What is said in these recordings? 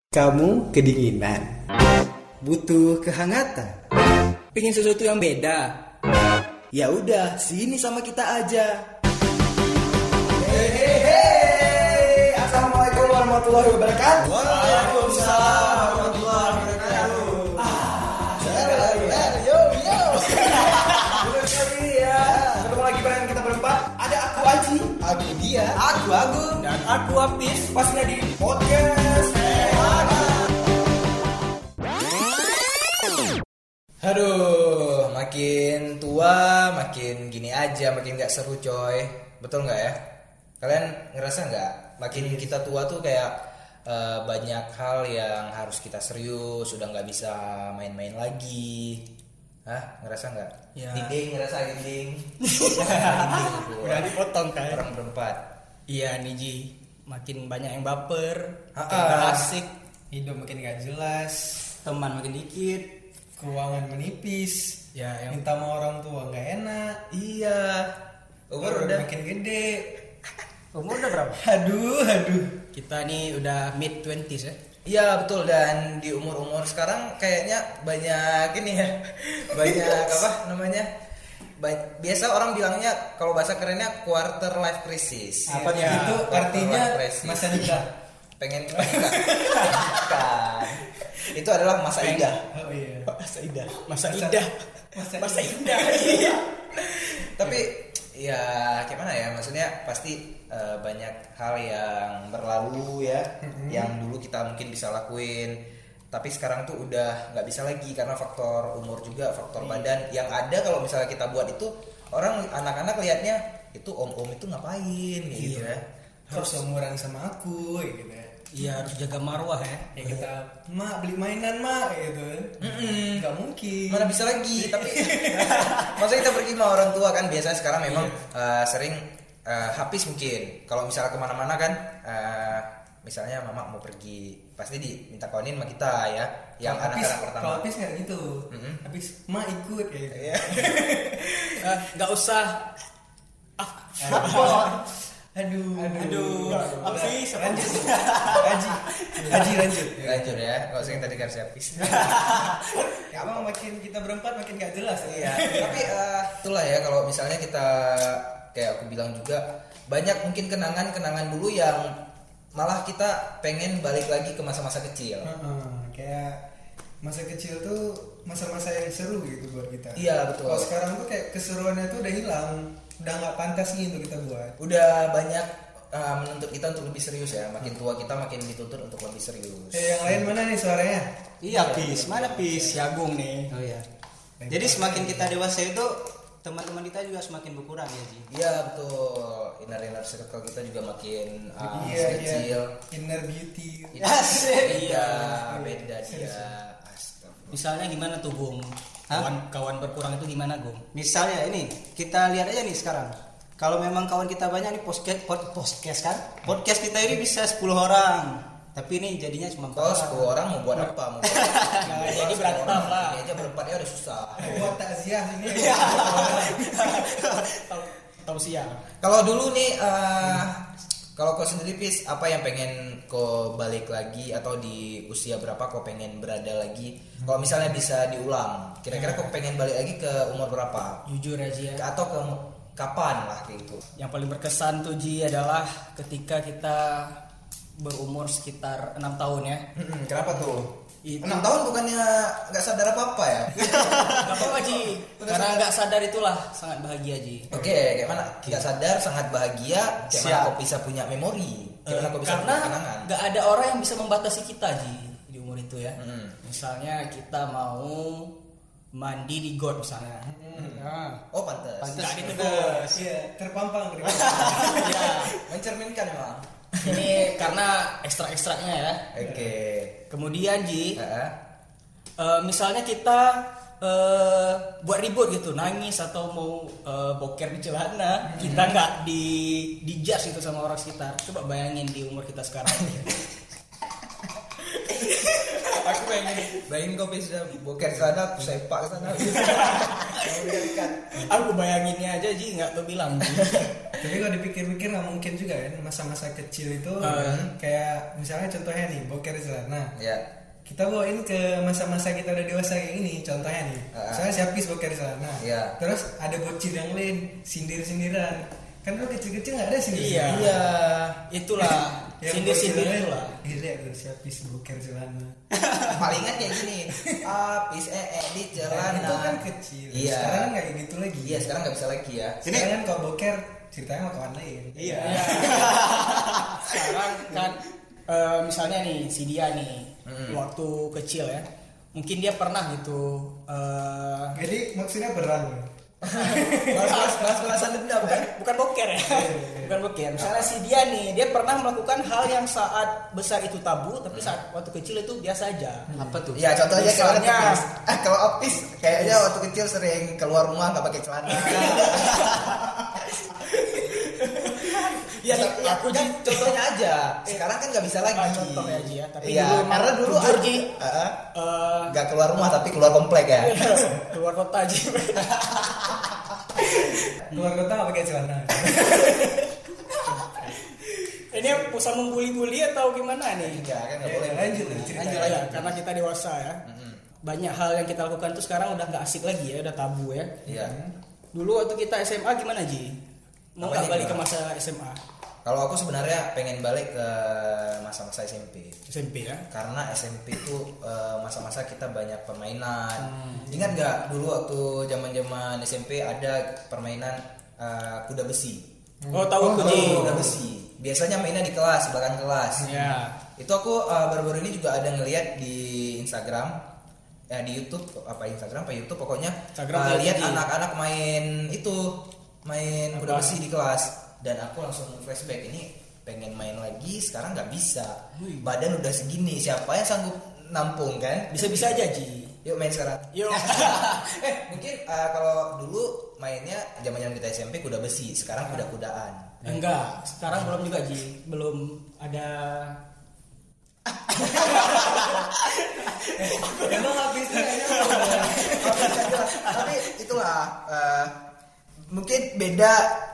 Kamu kedinginan, butuh kehangatan, Pengen sesuatu yang beda. ya udah sini sama kita aja. Assalamualaikum warahmatullahi wabarakatuh. Waalaikumsalam warahmatullahi wabarakatuh. Ketemu lagi bareng kita berempat. Ada aku Aji, aku dia, Aku Agung dan aku Apis. pastinya di podcast. Aduh, makin tua, makin gini aja, makin gak seru coy. Betul gak ya? Kalian ngerasa gak? Makin kita tua tuh kayak banyak hal yang harus kita serius, sudah gak bisa main-main lagi. Hah? Ngerasa gak? Ya. Dinding, ngerasa dinding. Udah dipotong kan? Orang berempat. Iya nih Ji, makin banyak yang baper, makin Ah. gak asik, Hidup makin gak jelas, teman makin dikit. keuangan menipis, Ya yang minta sama orang tua gak enak, Iya. Umur udah makin gede. umur udah berapa? Aduh. Kita nih udah mid 20s ya. Iya betul, dan di umur-umur sekarang kayaknya banyak ini ya. Banyak apa namanya? Biasa orang bilangnya kalau bahasa kerennya quarter life crisis. Apa Ya, itu artinya life crisis. masa nikah? Pengen bukan. Itu adalah masa indah. Oh iya. Masa indah. Masa indah. Masa indah. Tapi ya gimana ya, maksudnya pasti banyak hal yang berlalu ya, yang dulu kita mungkin bisa lakuin, tapi sekarang tuh udah nggak bisa lagi karena faktor umur juga, faktor badan yang ada. Kalau misalnya kita buat itu, orang anak-anak lihatnya itu om-om itu ngapain gitu ya. Harus seumuran sama aku gitu ya. Iya harus jaga marwah ya. Ya kita, mak beli mainan mak gitu. Gak mungkin. Mana bisa lagi, tapi masa kita pergi sama orang tua kan biasanya sekarang memang sering habis mungkin. Kalau misalnya kemana-mana kan, misalnya mama mau pergi, pasti diminta kawanin sama kita ya, yang Kalau habis- anak-anak pertama. Kalau habis nggak gitu. Mm-mm. Habis mak ikut kayak gitu. Iya. Nggak usah. Aduh. Apis, Lanjut. Haji lanjut. Lanjut ya, kalau saya tadi harus habis. Emang makin kita berempat makin gak jelas ya. Iya, tapi itulah ya, kalau misalnya kita kayak aku bilang juga, banyak mungkin kenangan-kenangan dulu yang malah kita pengen balik lagi ke masa-masa kecil. Kayak masa kecil tuh masa-masa yang seru gitu buat kita. Iya, betul. Kalau sekarang tuh kayak keseruannya tuh udah hilang, udah nggak pantas nih untuk kita buat. Udah banyak menuntut kita untuk lebih serius ya. Makin tua kita makin dituntut untuk lebih serius. Yang lain mana nih suaranya? Iya, Pis. Mana Pis? si Agung nih. Oh iya. Jadi semakin kita dewasa itu teman-teman kita juga semakin berkurang ya, Ji. Iya betul. Inner circle kita juga makin Iya. kecil. Inner beauty. Iya, beda dia. Astaga. Misalnya gimana tuh Gung? Kawan berkurang itu gimana Gung? Misalnya ini, kita lihat aja nih sekarang. Kalau memang kawan kita banyak nih podcast kan? Podcast kita ini bisa 10 orang. Tapi ini jadinya cuma 4 Kalau orang. 10 orang mau buat apa? Mau buat jadi berantem lah. Ini aja berempat ya udah susah. Buat takziah ini. Tausiah. Kalau dulu nih, kalau kau sendiri Pis, apa yang pengen kau balik lagi, atau di usia berapa kau pengen berada lagi? Kalau misalnya bisa diulang, kira-kira kau pengen balik lagi ke umur berapa? Jujur aja ya. Atau ke kapan lah kayak gitu? Yang paling berkesan tuh Ji adalah ketika kita berumur sekitar 6 tahun ya. Kenapa tuh? Itu. 6 tahun bukannya nggak sadar apa-apa ya? Gak apa-apa Ji. Karena nggak sadar itulah sangat bahagia Ji. Oke, kayak mana? Nggak sadar, sangat bahagia. Kayak mana Siap. kau bisa punya memori? Kayak mana kau bisa Karena punya kenangan? nggak ada orang yang bisa membatasi kita Ji di umur itu ya. Mm. Misalnya kita mau mandi di got misalnya. Nah, Oh pantas. nggak ditegur. Iya, terpampang. Ya, Mencerminkan memang. ini karena ekstra-ekstraknya ya. Oke. Kemudian Ji, Heeh. misalnya kita buat ribut gitu, nangis atau mau boker di celana, kita nggak di judge itu sama orang sekitar. Coba bayangin di umur kita sekarang. Aku bayangin kau bisa boker sana, aku sepak sana. Aku bayanginnya aja Ji, nggak tuh bilang. Tapi kalau dipikir-pikir nggak mungkin juga kan masa-masa kecil itu kayak misalnya contohnya nih boker di celana. Ya. Kita bawain ke masa-masa kita udah dewasa kayak gini, contohnya nih. Misalnya si Apis boker di celana. Iya. Terus ada bocil yang lain sindir-sindiran. Kan lu kecil-kecil nggak ada sindir-sindiran. Iya. Itulah Yang sindir-sindir bocil lain, itulah. Gila tuh si Apis boker di celana. Palingan kayak gini. Apis di celana. Itu kan kecil. Iya. Sekarang kan nggak kayak gitu lagi. Iya, sekarang nggak bisa lagi ya. Sekarang kan kalau boker ceritanya sama kawan lain. Iya. Sekarang kan misalnya nih si dia nih waktu kecil ya, mungkin dia pernah gitu Jadi maksudnya berang. Bahas-bahasan dendam kan? bukan boker ya, bukan boker. Misalnya si dia nih, dia pernah melakukan hal yang saat besar itu tabu, tapi saat waktu kecil itu biasa aja. Apa tuh? Ya contohnya kayak Misalnya- Apis. Kalau Apis kayaknya waktu kecil sering keluar rumah nggak pakai celana. Ya, Aku kan contohnya aja. Sekarang kan nggnya bisa lagi. Contohnya aja ya, tapi Iya, dulu karena dulu jujur, Ji, Ji, nggak keluar rumah tapi keluar komplek ya. keluar kota aja. Keluar kota nggak pakai celana. Ini pusat membuli-buli atau gimana nih? Enggak kan nggak Ya, boleh. lanjut lah cerita. Ya, karena kita dewasa ya. Banyak hal yang kita lakukan tuh sekarang udah nggak asik lagi ya, udah tabu ya. Iya. Dulu waktu kita SMA gimana Ji? Mau nggak Apanya balik ke gimana? masa SMA? Kalau aku sebenarnya pengen balik ke masa-masa SMP. SMP ya? Karena SMP itu masa-masa kita banyak permainan. Ingat nggak dulu waktu zaman-zaman SMP ada permainan kuda besi. Oh tahu aku Ji. Kuda besi. Biasanya mainnya di kelas, belakang kelas. Ya. Itu aku baru-baru ini juga ada ngeliat di Instagram, ya di YouTube apa Instagram apa YouTube pokoknya Instagram lihat Ji. anak-anak main kuda Apa? besi di kelas dan aku langsung flashback ini pengen main lagi sekarang nggak bisa. Badan udah segini siapa yang sanggup nampung kan? Bisa-bisa aja Ji. Yuk main sekarang. Yuk. Mungkin kalau dulu mainnya zaman-zaman kita SMP kuda besi, sekarang kuda-kudaan. Enggak, sekarang belum juga Ji. Belum ada. Emang habis Tapi itulah mungkin beda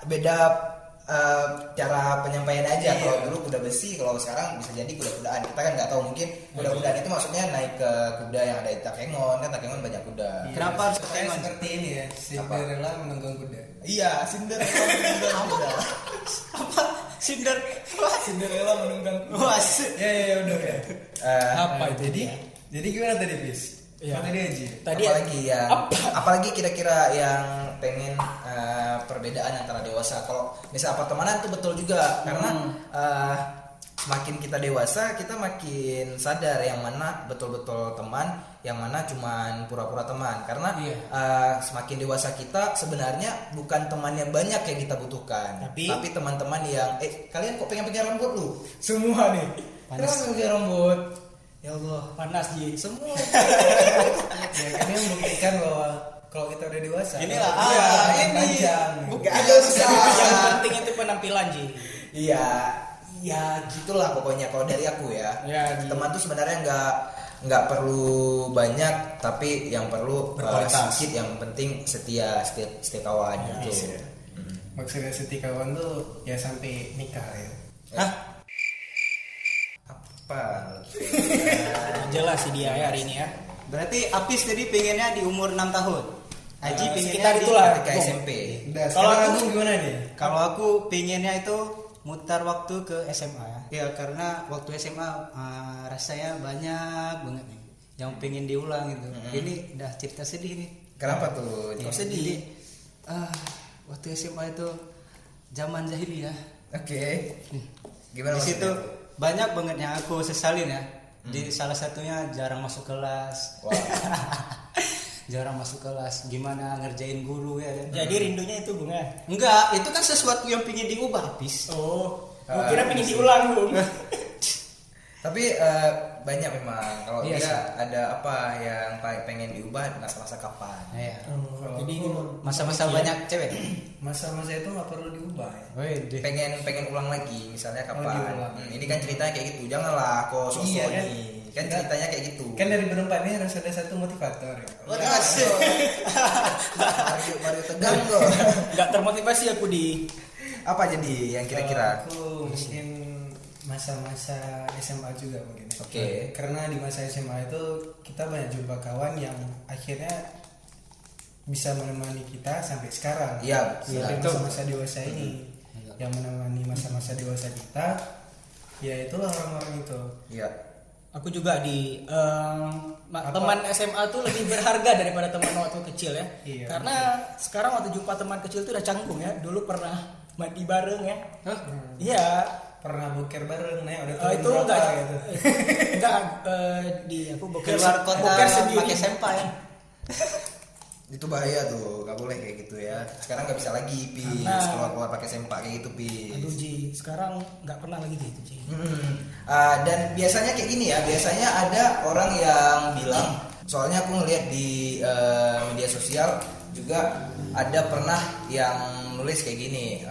cara penyampaian aja. Kalau dulu kuda besi, kalau sekarang bisa jadi kuda-kudaan. Kita kan nggak tahu, mungkin kuda-kudaan itu maksudnya naik ke kuda yang ada di Takengon, kan Takengon banyak kuda. Kenapa harus kayak Takengon? seperti ini ya, Cinderella menunggang kuda. Iya, Cinderella kuda. Cinder. Cinderella menunggang kuda. Wah, Ya udah ya. Apa itu? Jadi gimana tadi bis? Iya. Apa tadi Aji? Tadi apalagi ya Apa? apalagi kira-kira yang pengen perbedaan antara dewasa. Kalau misal pertemanan tuh betul juga karena semakin kita dewasa kita makin sadar yang mana betul-betul teman, yang mana cuman pura-pura teman. Karena semakin dewasa kita sebenarnya bukan teman yang banyak yang kita butuhkan, tapi teman-teman yang kalian kok pengen punya rambut lu semua nih. Kenapa punya rambut? Ya Allah, panas Ji. semua. Ya kan yang membuktikan bahwa kalau kita udah dewasa. Inilah, yang ini. panjang. Gak ada susah. Yang penting itu penampilan Ji. Iya, ya gitulah pokoknya kalau dari aku ya. Ya, Ji. Teman tuh sebenarnya nggak perlu banyak, tapi yang perlu Berkualitas. sedikit. Yang penting setia kawan gitu. Iya. Maksudnya setia kawan tuh ya sampai nikah ya. Hah? Apa? Jelas sih dia ya hari ini ya. Berarti Apis tadi pengennya di umur 6 tahun. Aji pengennya sekitar di- itulah. Ketika SMP. Udah, Kalau sekarang aku- aku gimana nih? Kalau aku pengennya itu mutar waktu ke SMA ya. Ya karena waktu SMA rasanya banyak banget nih yang pengen diulang gitu. Ini udah cerita sedih nih. Kenapa tuh? Ya, Kok sedih? jadi, waktu SMA itu zaman jahiliyah. Oke. Gimana Di situ maksudnya? banyak banget yang aku sesalin ya. Di salah satunya jarang masuk kelas. Wah. Jarang masuk kelas. Gimana ngerjain guru ya kan? Jadi rindunya itu bunga. Enggak, itu kan sesuatu yang pingin diubah habis. Oh, gua kira pengen diulang Bung. Tapi banyak memang kalau Iya dia sih. ada apa yang pengen diubah masa-masa kapan? Iya. Kalau Jadi aku, Masa-masa banyak cewek. masa-masa itu nggak perlu diubah ya. Wih, pengen ulang lagi misalnya kapan? diulang. Ini kan ceritanya kayak gitu, janganlah kok sosok Iya, kan? nih. Kan ceritanya kayak gitu. Kan dari berempat ini harus ada satu motivator ya. Waduh, Mario tegang kok. Enggak termotivasi aku di Apa jadi yang kira-kira? Aku mungkin masa-masa SMA juga mungkin. Oke. Karena di masa SMA itu kita banyak jumpa kawan yang akhirnya bisa menemani kita sampai sekarang. Iya, Sampai betul. masa-masa dewasa ini. Yang menemani masa-masa dewasa kita, ya itulah orang-orang itu. Iya. Aku juga di teman SMA tuh lebih berharga daripada teman waktu kecil ya. Iya, Karena sekarang waktu jumpa teman kecil tuh udah canggung ya. Dulu pernah mandi bareng ya. Iya. Pernah boker bareng, udah Itu turun enggak berapa gitu. enggak di aku boker Keluar kota boker sendiri. pakai sempa ya. Itu bahaya tuh, gak boleh kayak gitu ya. Sekarang gak bisa lagi Pis keluar-keluar pakai sempak kayak gitu Pis. Aduh Ji, sekarang nggak pernah lagi gitu Ji. Dan biasanya kayak gini ya, biasanya ada orang yang bilang, soalnya aku ngeliat di media sosial juga ada pernah yang nulis kayak gini,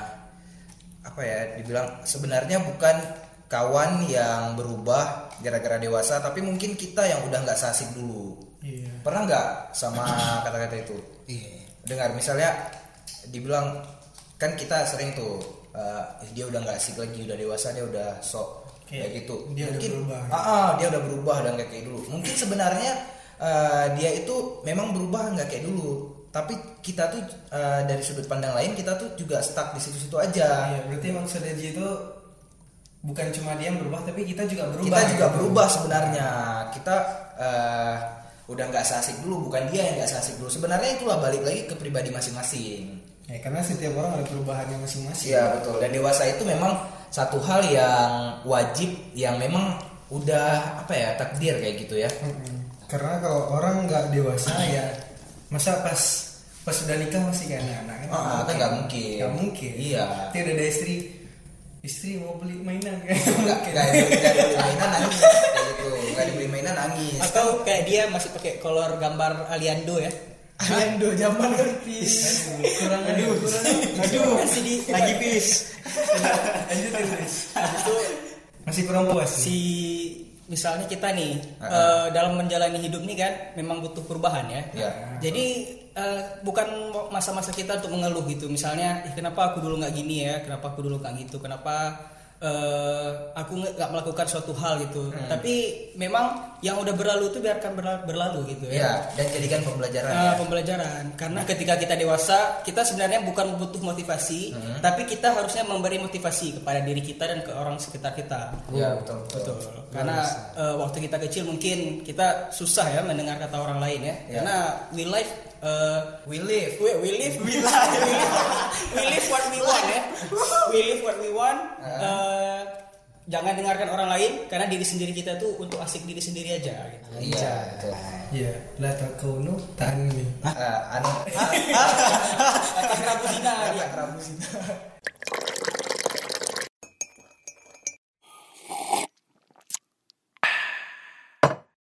apa ya, dibilang sebenarnya bukan kawan yang berubah gara-gara dewasa, tapi mungkin kita yang udah nggak seasik dulu. Iya. Pernah nggak sama kata-kata itu? Iya. Dengar misalnya dibilang, kan kita sering tuh dia udah nggak asik lagi, udah dewasa, dia udah sok kayak gitu. dia udah Mungkin berubah. dia udah berubah dan nggak kayak dulu. Mungkin sebenarnya dia itu memang berubah nggak kayak dulu, tapi kita tuh dari sudut pandang lain kita tuh juga stuck di situ-situ aja. Iya, berarti maksudnya Ji itu bukan cuma dia yang berubah, tapi kita juga berubah. Kita juga gitu. berubah sebenarnya. Kita udah nggak seasik dulu, bukan dia yang nggak seasik dulu. Sebenarnya itulah balik lagi ke pribadi masing-masing. Ya, karena setiap orang ada perubahannya masing-masing. Iya betul. Dan dewasa itu memang satu hal yang wajib, yang memang udah apa ya, takdir kayak gitu ya. Karena kalau orang nggak dewasa ya masa pas sudah nikah masih kayak anak-anak Kan nggak mungkin. Nggak mungkin. Iya. Nanti udah ada istri mau beli mainan kayak Nggak dibeli mainan nangis kayak gitu. Nggak dibeli mainan nangis. Atau kayak dia masih pakai kolor gambar Aliando ya. Aliando zaman kan Pis. kurang aduh Masih di Lagi Pis. lanjutin guys. Habis itu Masih kurang puas si misalnya kita nih dalam menjalani hidup nih kan memang butuh perubahan ya. Iya. Jadi bukan masa-masa kita untuk mengeluh gitu. Misalnya, kenapa aku dulu nggak gini ya? Kenapa aku dulu nggak gitu? Kenapa aku nggak melakukan suatu hal gitu? Tapi memang yang udah berlalu itu biarkan berlalu gitu ya. Iya. Dan jadikan pembelajaran. Ya. Pembelajaran. Karena ketika kita dewasa, kita sebenarnya bukan butuh motivasi, tapi kita harusnya memberi motivasi kepada diri kita dan ke orang sekitar kita. Iya betul. Betul. Karena waktu kita kecil mungkin kita susah ya mendengar kata orang lain ya. Ya. Karena we live We live. we live what we want ya. We live what we want. Jangan dengarkan orang lain, karena diri sendiri kita tuh untuk asik diri sendiri aja gitu. Iya betul. iya la takunu tani Anu. Atas Rabu Zina dia. Kerabu sih.